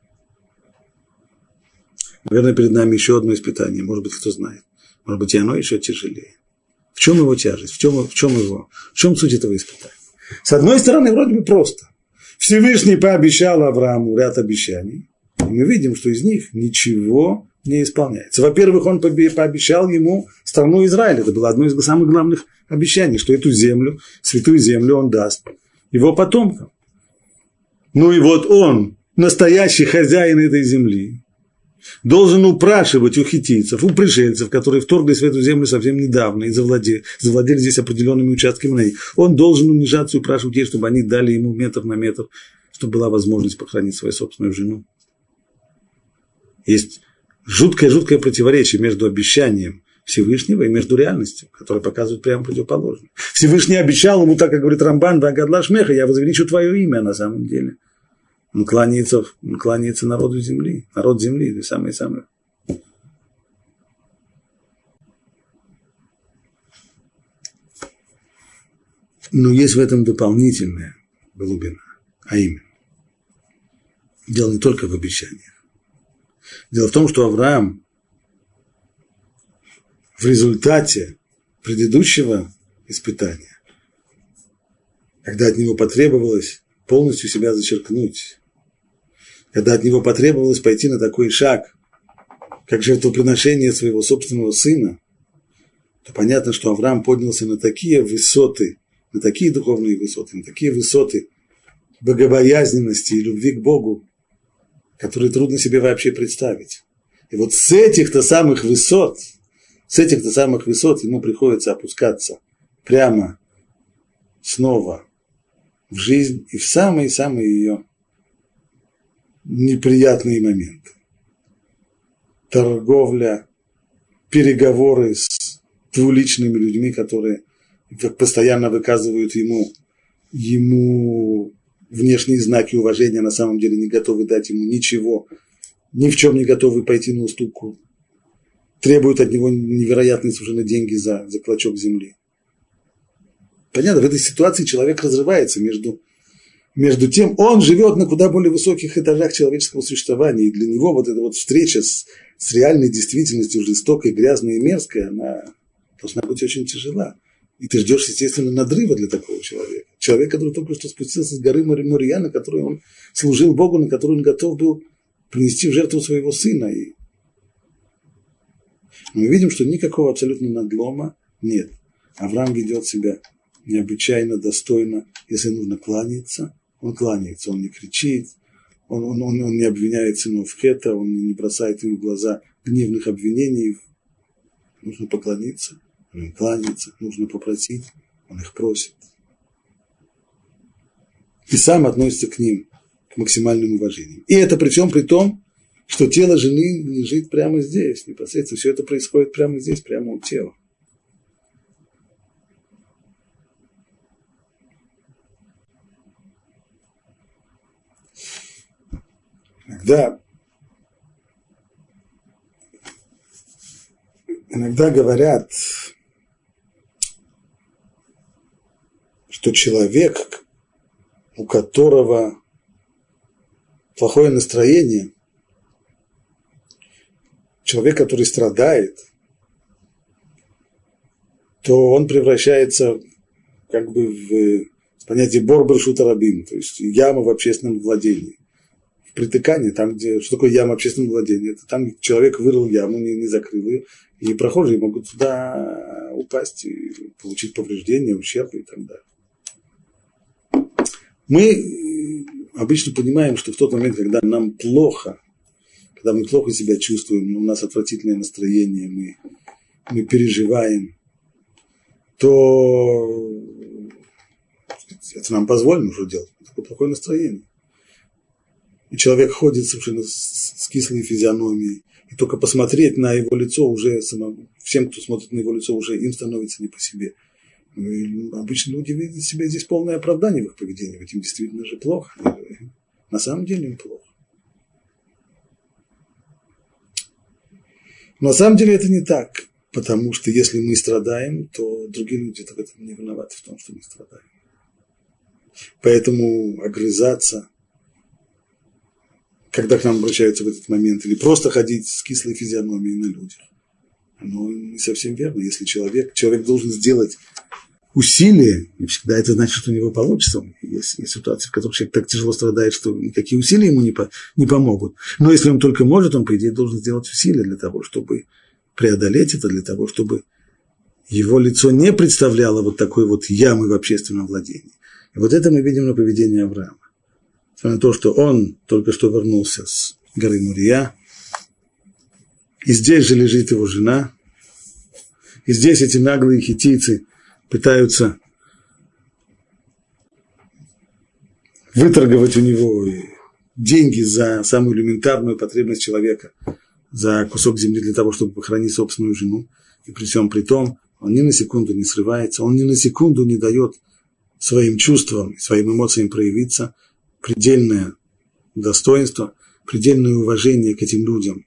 A: Наверное, перед нами еще одно испытание, может быть, кто знает. Может быть, и оно еще тяжелее. В чем его тяжесть? В чем, в чем его? В чем суть этого испытания? С одной стороны, вроде бы просто. Всевышний пообещал Аврааму ряд обещаний, и мы видим, что из них ничего не исполняется. Во-первых, он пообещал ему страну Израиль. Это было одно из самых главных обещаний, что эту землю, святую землю он даст его потомкам. Ну и вот он, настоящий хозяин этой земли, должен упрашивать у хиттийцев, у пришельцев, которые вторглись в эту землю совсем недавно и завладели, завладели здесь определенными участками на ней. Он должен унижаться и упрашивать их, чтобы они дали ему метр на метр, чтобы была возможность похоронить свою собственную жену. Есть жуткое-жуткое противоречие между обещанием Всевышнего и между реальностью, которая показывает прямо противоположное. Всевышний обещал ему, так как говорит Рамбан, «Вагадла шмеха, я возвеличу твое имя», а на самом деле он кланяется, он кланяется народу земли, народ земли, это самое-самое. Но есть в этом дополнительная глубина, а именно, дело не только в обещаниях. Дело в том, что Авраам в результате предыдущего испытания, когда от него потребовалось полностью себя зачеркнуть, когда от него потребовалось пойти на такой шаг, как жертвоприношение своего собственного сына, то понятно, что Авраам поднялся на такие высоты, на такие духовные высоты, на такие высоты богобоязненности и любви к Богу, которые трудно себе вообще представить. И вот с этих-то самых высот, с этих-то самых высот ему приходится опускаться прямо снова в жизнь и в самые-самые ее неприятные моменты. Торговля, переговоры с двуличными людьми, которые постоянно выказывают ему, ему внешние знаки уважения, на самом деле не готовы дать ему ничего, ни в чем не готовы пойти на уступку, требуют от него невероятные совершенно деньги за, за клочок земли. Понятно, в этой ситуации человек разрывается между, между тем, он живет на куда более высоких этажах человеческого существования, и для него вот эта вот встреча с, с реальной действительностью, жестокой, грязной и мерзкой, она должна быть очень тяжела. И ты ждешь, естественно, надрыва для такого человека. Человек, который только что спустился с горы Мория, на которой он служил Богу, на которую он готов был принести в жертву своего сына. И мы видим, что никакого абсолютно надлома нет. Авраам ведет себя необычайно достойно. Если нужно кланяться, он кланяется, он не кричит, он, он, он, он не обвиняет сынов в хета, он не бросает им в глаза гневных обвинений. Нужно поклониться, он кланяется, нужно попросить, он их просит. И сам относится к ним к максимальному уважению. И это причем при том, что тело жены лежит прямо здесь, непосредственно. Все это происходит прямо здесь, прямо у тела. Когда Иногда говорят, что человек, у которого плохое настроение, человек, который страдает, то он превращается как бы в понятие бор бершут рабим, то есть яма в общественном владении. В притыкании, там, где... Что такое яма общественного владения? Это там человек вырыл яму, не, не закрыл ее, и прохожие могут туда упасть и получить повреждения, ущерб и так далее. Мы обычно понимаем, что в тот момент, когда нам плохо, когда мы плохо себя чувствуем, у нас отвратительное настроение, мы, мы переживаем, то это нам позволено уже делать. Такое плохое настроение. И человек ходит совершенно с, с кислой физиономией. И только посмотреть на его лицо уже самому, всем, кто смотрит на его лицо, уже им становится не по себе. И обычно люди видят в себе здесь полное оправдание в их поведении. Ведь им действительно же плохо. На самом деле им плохо. Но на самом деле это не так. Потому что если мы страдаем, то другие люди в этом не виноваты в том, что мы страдаем. Поэтому огрызаться, когда к нам обращаются в этот момент, или просто ходить с кислой физиономией на людях, оно не совсем верно. Если человек, человек должен сделать усилия, и всегда это значит, что у него получится. Есть, есть ситуации, в которых человек так тяжело страдает, что никакие усилия ему не, по, не помогут. Но если он только может, он, по идее, должен сделать усилия для того, чтобы преодолеть это, для того, чтобы его лицо не представляло вот такой вот ямы в общественном владении. И вот это мы видим на поведении Авраама. Несмотря на то, что он только что вернулся с горы Мория, и здесь же лежит его жена, и здесь эти наглые хиттийцы пытаются выторговать у него деньги за самую элементарную потребность человека, за кусок земли для того, чтобы похоронить собственную жену. И при всем при том, он ни на секунду не срывается, он ни на секунду не дает своим чувствам, своим эмоциям проявиться, предельное достоинство, предельное уважение к этим людям.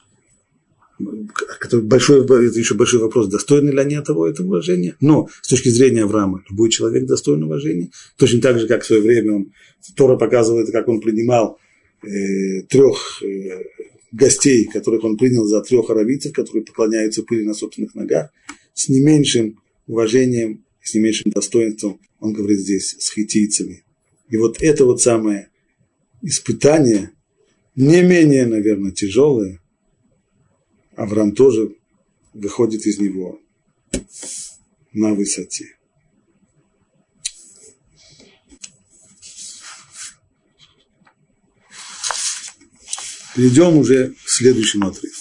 A: Большой, это еще большой вопрос, достойны ли они того этого уважения. Но с точки зрения Авраама, любой человек достоин уважения. Точно так же, как в свое время он, Тора показывает, как он принимал э, трех э, гостей, которых он принял за трех аравийцев, которые поклоняются пыли на собственных ногах, с не меньшим уважением, с не меньшим достоинством, он говорит здесь, с хиттийцами. И вот это вот самое испытание, не менее, наверное, тяжелое, Авраам тоже выходит из него на высоте. Перейдем уже к следующему отрывку.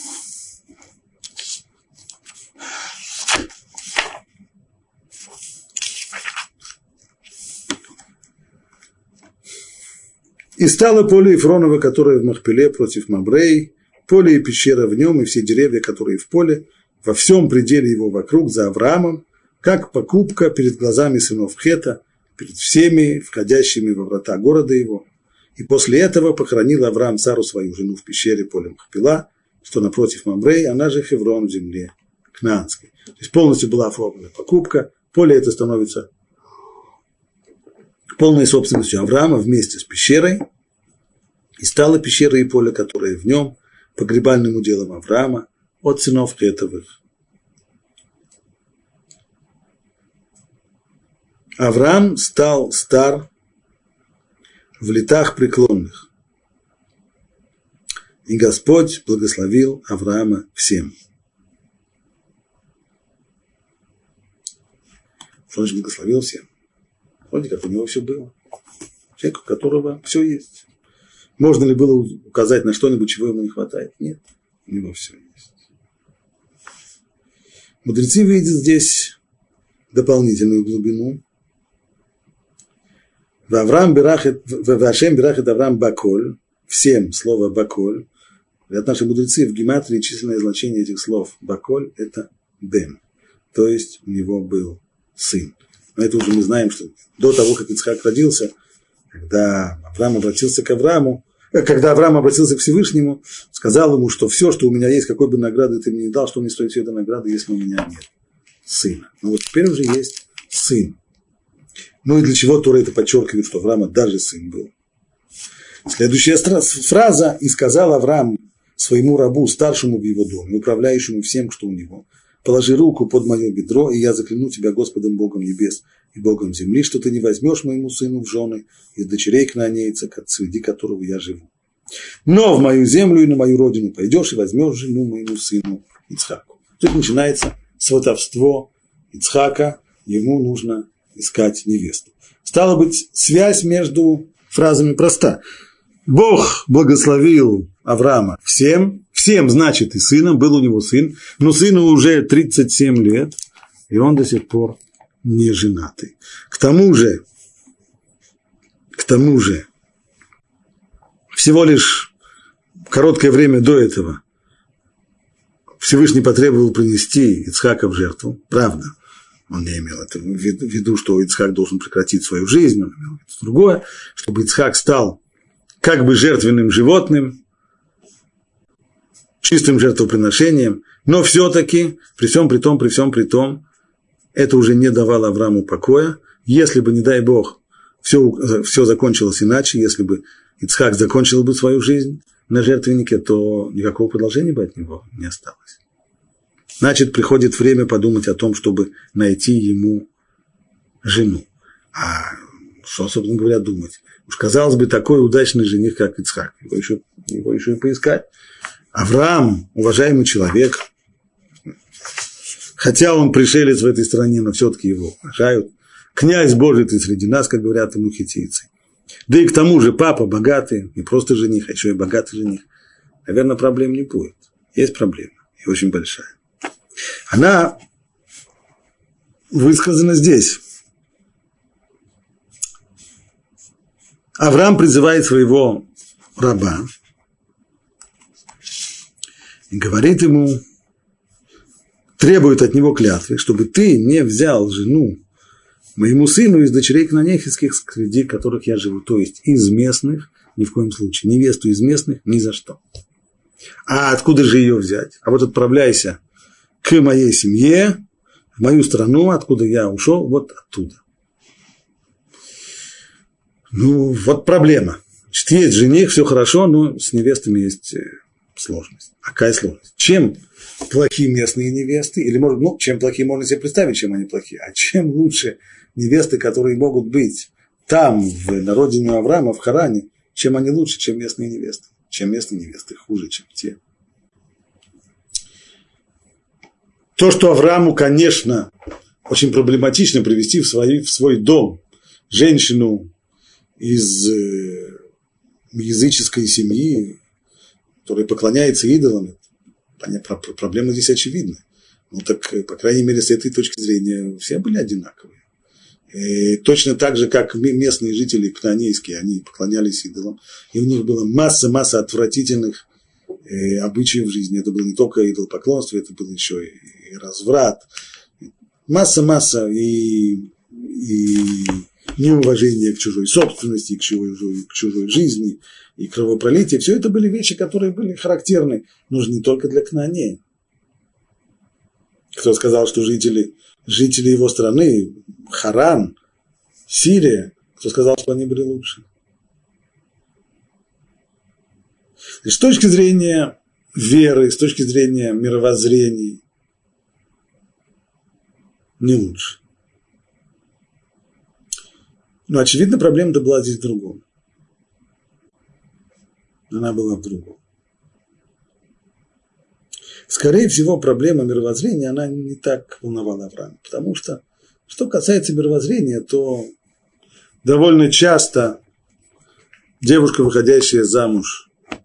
A: И стало поле Ефронова, которое в Махпеле против Мамрей, поле и пещера в нем, и все деревья, которые в поле, во всем пределе его вокруг, за Авраамом, как покупка перед глазами сынов Хета, перед всеми входящими во врата города его. И после этого похоронил Авраам Сару, свою жену, в пещере поле Махпела, что напротив Мамрей, она же Хеврон в земле Кнаанской. То есть полностью была оформлена покупка, поле это становится полной собственностью Авраама вместе с пещерой, и стала пещера и поле, которое в нем, погребальным уделом Авраама от сынов Хетовых. Авраам стал стар в летах преклонных, и Господь благословил Авраама всем. Что значит благословил всем? Вроде как у него все было. Человек, у которого все есть. Можно ли было указать на что-нибудь, чего ему не хватает? Нет, у него все есть. Мудрецы видят здесь дополнительную глубину. Авраам берахет, Вашем берахет Авраам баколь, всем слово баколь. Говорят наши мудрецы, в гематрии численное значение этих слов баколь – это бен. То есть у него был сын. Но это уже мы знаем, что до того, как Ицхак родился, когда Авраам обратился к Аврааму, когда Авраам обратился к Всевышнему, сказал ему, что все, что у меня есть, какой бы награды ты мне не дал, что мне стоит все этой награды, если у меня нет сына. Но вот теперь уже есть сын. Ну и для чего Тора это подчеркивает, что у Авраама даже сын был. Следующая фраза: «И сказал Авраам своему рабу, старшему в его доме, управляющему всем, что у него: положи руку под мое бедро, и я закляну тебя Господом Богом небес и Богом земли, что ты не возьмешь моему сыну в жены из дочерей кнаанейца, среди которого я живу. Но в мою землю и на мою родину пойдешь и возьмешь жену моему сыну Ицхаку». Тут начинается сватовство Ицхака, ему нужно искать невесту. Стало быть, связь между фразами проста. Бог благословил Авраама всем, всем, значит, и сыном, был у него сын, но сыну уже тридцать семь лет, и он до сих пор не женатый. К тому же, к тому же, всего лишь короткое время до этого Всевышний потребовал принести Ицхака в жертву, правда. Он не имел это в виду, что Ицхак должен прекратить свою жизнь, он имел это другое, чтобы Ицхак стал как бы жертвенным животным, чистым жертвоприношением, но все-таки, при всем при том, при всем при том, это уже не давало Аврааму покоя. Если бы, не дай Бог, все, все закончилось иначе, если бы Ицхак закончил бы свою жизнь на жертвеннике, то никакого продолжения бы от него не осталось. Значит, приходит время подумать о том, чтобы найти ему жену. А что, собственно говоря, думать? Уж, казалось бы, такой удачный жених, как Ицхак, его еще, его еще и поискать. Авраам, уважаемый человек, хотя он пришелец в этой стране, но все-таки его уважают. Князь Божий ты среди нас, как говорят ему хиттийцы. Да и к тому же папа богатый, не просто жених, а еще и богатый жених. Наверное, проблем не будет. Есть проблема, и очень большая. Она высказана здесь. Авраам призывает своего раба и говорит ему, требует от него клятвы, чтобы ты не взял жену моему сыну из дочерей кнаанейских, среди которых я живу, то есть из местных, ни в коем случае, невесту из местных ни за что. А откуда же ее взять? А вот отправляйся к моей семье, в мою страну, откуда я ушел, вот оттуда. Ну, вот проблема. Значит, есть жених, все хорошо, но с невестами есть сложность. А какая сложность? Чем плохие местные невесты, или, может, ну, чем плохие, можно себе представить, чем они плохие, а чем лучше невесты, которые могут быть там, в, на родине Авраама, в Харане, чем они лучше, чем местные невесты? Чем местные невесты хуже, чем те. То, что Аврааму, конечно, очень проблематично привести в, свои, в свой дом женщину из э, языческой семьи, которая поклоняется идолам, проблема здесь очевидна. Ну так, по крайней мере, с этой точки зрения все были одинаковые. И точно так же, как местные жители кнаанейские, они поклонялись идолам, и у них была масса-масса отвратительных э, обычаев в жизни. Это было не только идолопоклонство, это было еще и разврат. Масса-масса и, и неуважение к чужой собственности, к чужой, к чужой жизни, и кровопролитие. Все это были вещи, которые были характерны, нужны не только для Кнаанея. Кто сказал, что жители, жители его страны, Харан, Сирия, кто сказал, что они были лучше? И с точки зрения веры, с точки зрения мировоззрения, не лучше. Но, очевидно, проблема-то была здесь в другом. Она была в другом. Скорее всего, проблема мировоззрения, она не так волновала Авраама. Потому что, что касается мировоззрения, то довольно часто девушка, выходящая замуж,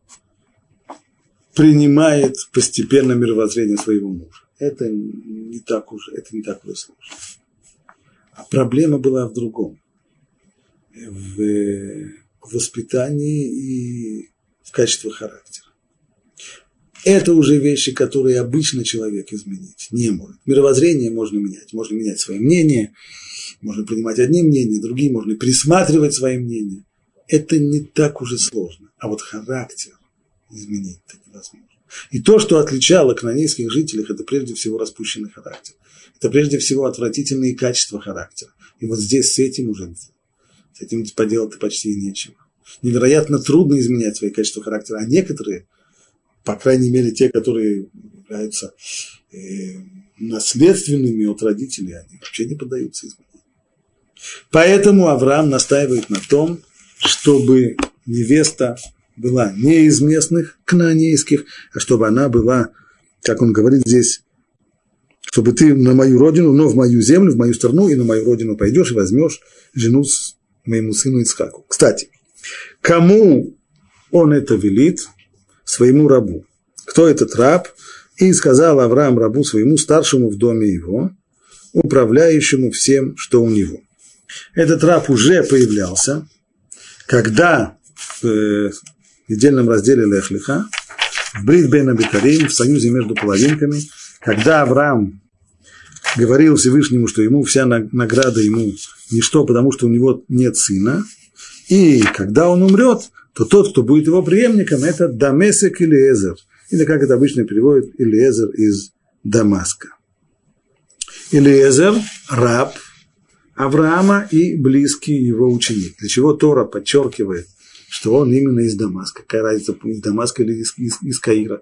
A: принимает постепенно мировоззрение своего мужа. Это не так уже, это не так уже сложно. А проблема была в другом. В воспитании и в качестве характера. Это уже вещи, которые обычно человек изменить не может. Мировоззрение можно менять. Можно менять свое мнение, можно принимать одни мнения, другие, можно присматривать свои мнения. это не так уже сложно. А вот характер изменить так невозможно. И то, что отличало кнаанейских жителей, это прежде всего распущенный характер. Это прежде всего отвратительные качества характера. И вот здесь с этим уже, с этим поделать почти нечего. Невероятно трудно изменять свои качества характера. А некоторые, по крайней мере те, которые являются э, наследственными от родителей, они вообще не поддаются изменению. Поэтому Авраам настаивает на том, чтобы невеста была не из местных кнаанейских, а чтобы она была, как он говорит здесь, чтобы ты на мою родину, но в мою землю, в мою страну, и на мою родину пойдешь и возьмешь жену с моему сыну Ицхаку. Кстати, кому он это велит? Своему рабу. Кто этот раб? И сказал Авраам рабу своему, старшему в доме его, управляющему всем, что у него. Этот раб уже появлялся, когда в недельном разделе Лех Леха, в Брит бен Абикарим, в союзе между половинками, когда Авраам говорил Всевышнему, что ему вся награда ему ничто, потому что у него нет сына, и когда он умрет, то тот, кто будет его преемником, это Дамесек Элиэзер, или как это обычно переводит, Элиэзер из Дамаска. Элиэзер – раб Авраама и близкий его ученик. Для чего Тора подчеркивает, что он именно из Дамаска. Какая разница, из Дамаска или из, из, из Каира.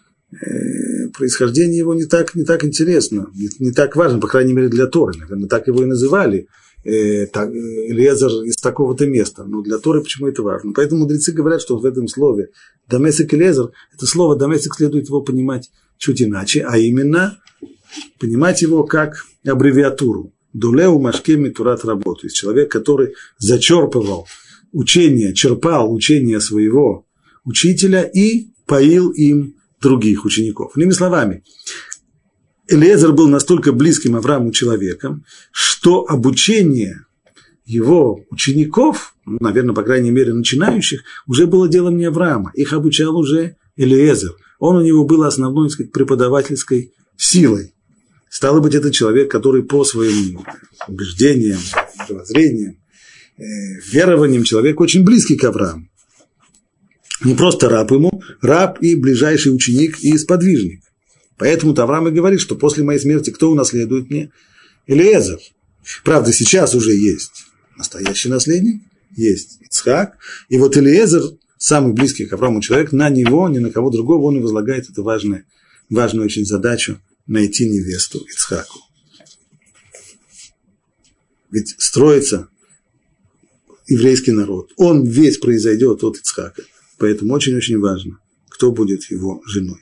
A: Э, происхождение его не так, не так интересно, не, не так важно, по крайней мере, для Торы. Наверное, так его и называли. Э, так, Элиэзер из такого-то места. Но для Торы почему это важно? Поэтому мудрецы говорят, что в этом слове Дамесек Элиэзер, это слово Дамесек следует его понимать чуть иначе, а именно понимать его как аббревиатуру. Дулеу машкеми турат работу. То есть человек, который зачерпывал учение, черпал учение своего учителя и поил им других учеников. Иными словами, Элиэзер был настолько близким Аврааму человеком, что обучение его учеников, ну, наверное, по крайней мере, начинающих, уже было делом не Авраама. Их обучал уже Элиэзер. Он у него был основной, так сказать, преподавательской силой. Стало быть, это человек, который по своим убеждениям, воззрениям, э, верованиям, человек очень близкий к Аврааму. Не просто раб ему, раб и ближайший ученик и сподвижник. Поэтому-то Авраам и говорит, что после моей смерти кто унаследует мне? Элиэзер. Правда, сейчас уже есть настоящий наследник, есть Ицхак. И вот Элиэзер, самый близкий к Аврааму человек, на него, ни на кого другого он и возлагает эту важную, важную очень задачу найти невесту Ицхаку. Ведь строится еврейский народ. Он весь произойдет от Ицхака. Поэтому очень-очень важно, кто будет его женой.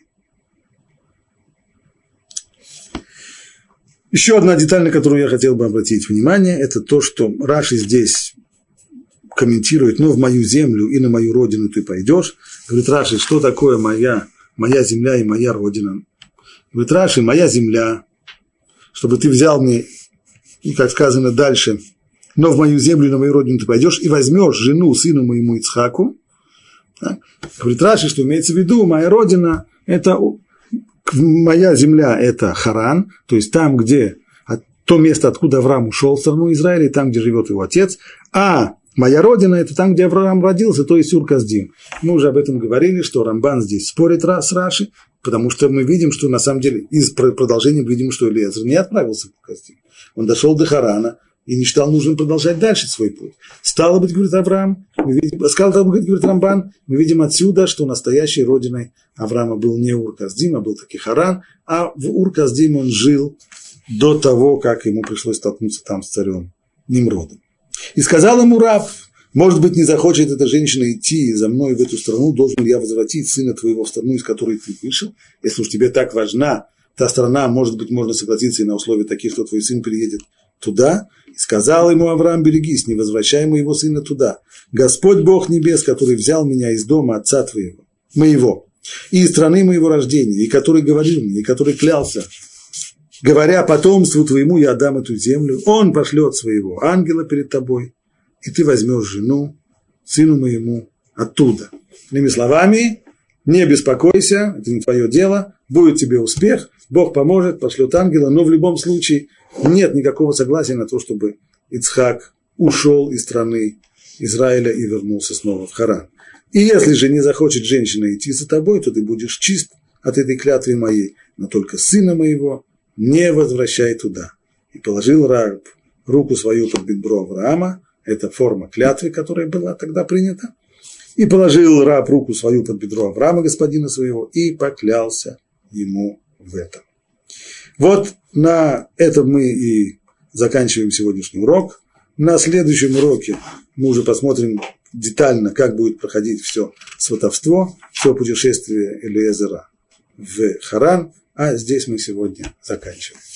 A: Еще одна деталь, на которую я хотел бы обратить внимание, это то, что Раши здесь комментирует, но в мою землю и на мою родину ты пойдешь. Говорит Раши, что такое моя, моя земля и моя родина? Говорит Раши, моя земля, чтобы ты взял мне, и как сказано дальше, но в мою землю и на мою родину ты пойдешь и возьмешь жену сыну моему Ицхаку. Да? Говорит Раши, что имеется в виду, моя родина, это моя земля, это Харан, то есть там, где, то место, откуда Авраам ушел в страну Израиля, и там, где живет его отец, а моя родина, это там, где Авраам родился, то есть Ур-Каздим. Мы уже об этом говорили, что Рамбан здесь спорит с Раши, потому что мы видим, что на самом деле из продолжения мы видим, что Элиэзер не отправился в Ур-Каздим. Он дошел до Харана и не считал нужным продолжать дальше свой путь. Стало быть, говорит Авраам, мы видим, стало быть, говорит Рамбан, мы видим отсюда, что настоящей родиной Авраама был не Ур-Каздим, а был таки Харан, а в Ур-Каздим он жил до того, как ему пришлось столкнуться там с царем Нимродом. И сказал ему раб, может быть, не захочет эта женщина идти за мной в эту страну, должен ли я возвратить сына твоего в страну, из которой ты вышел? Если уж тебе так важна та страна, может быть, можно согласиться и на условия таких, что твой сын переедет туда. И сказал ему Авраам, берегись, не возвращай моего сына туда. Господь Бог небес, который взял меня из дома отца твоего, моего, и из страны моего рождения, и который говорил мне, и который клялся, говоря потомству твоему, я отдам эту землю, он пошлет своего ангела перед тобой, и ты возьмешь жену, сыну моему, оттуда. Иными словами, не беспокойся, это не твое дело, будет тебе успех, Бог поможет, пошлет ангела, но в любом случае нет никакого согласия на то, чтобы Ицхак ушел из страны Израиля и вернулся снова в Харан. И если же не захочет женщина идти за тобой, то ты будешь чист от этой клятвы моей, но только сына моего не возвращай туда. И положил раб руку свою под бедро Авраама, это форма клятвы, которая была тогда принята, и положил раб руку свою под бедро Авраама, господина своего, и поклялся ему в этом. Вот на этом мы и заканчиваем сегодняшний урок. На следующем уроке мы уже посмотрим детально, как будет проходить все сватовство, все путешествие Элиэзера в Харан, а здесь мы сегодня заканчиваем.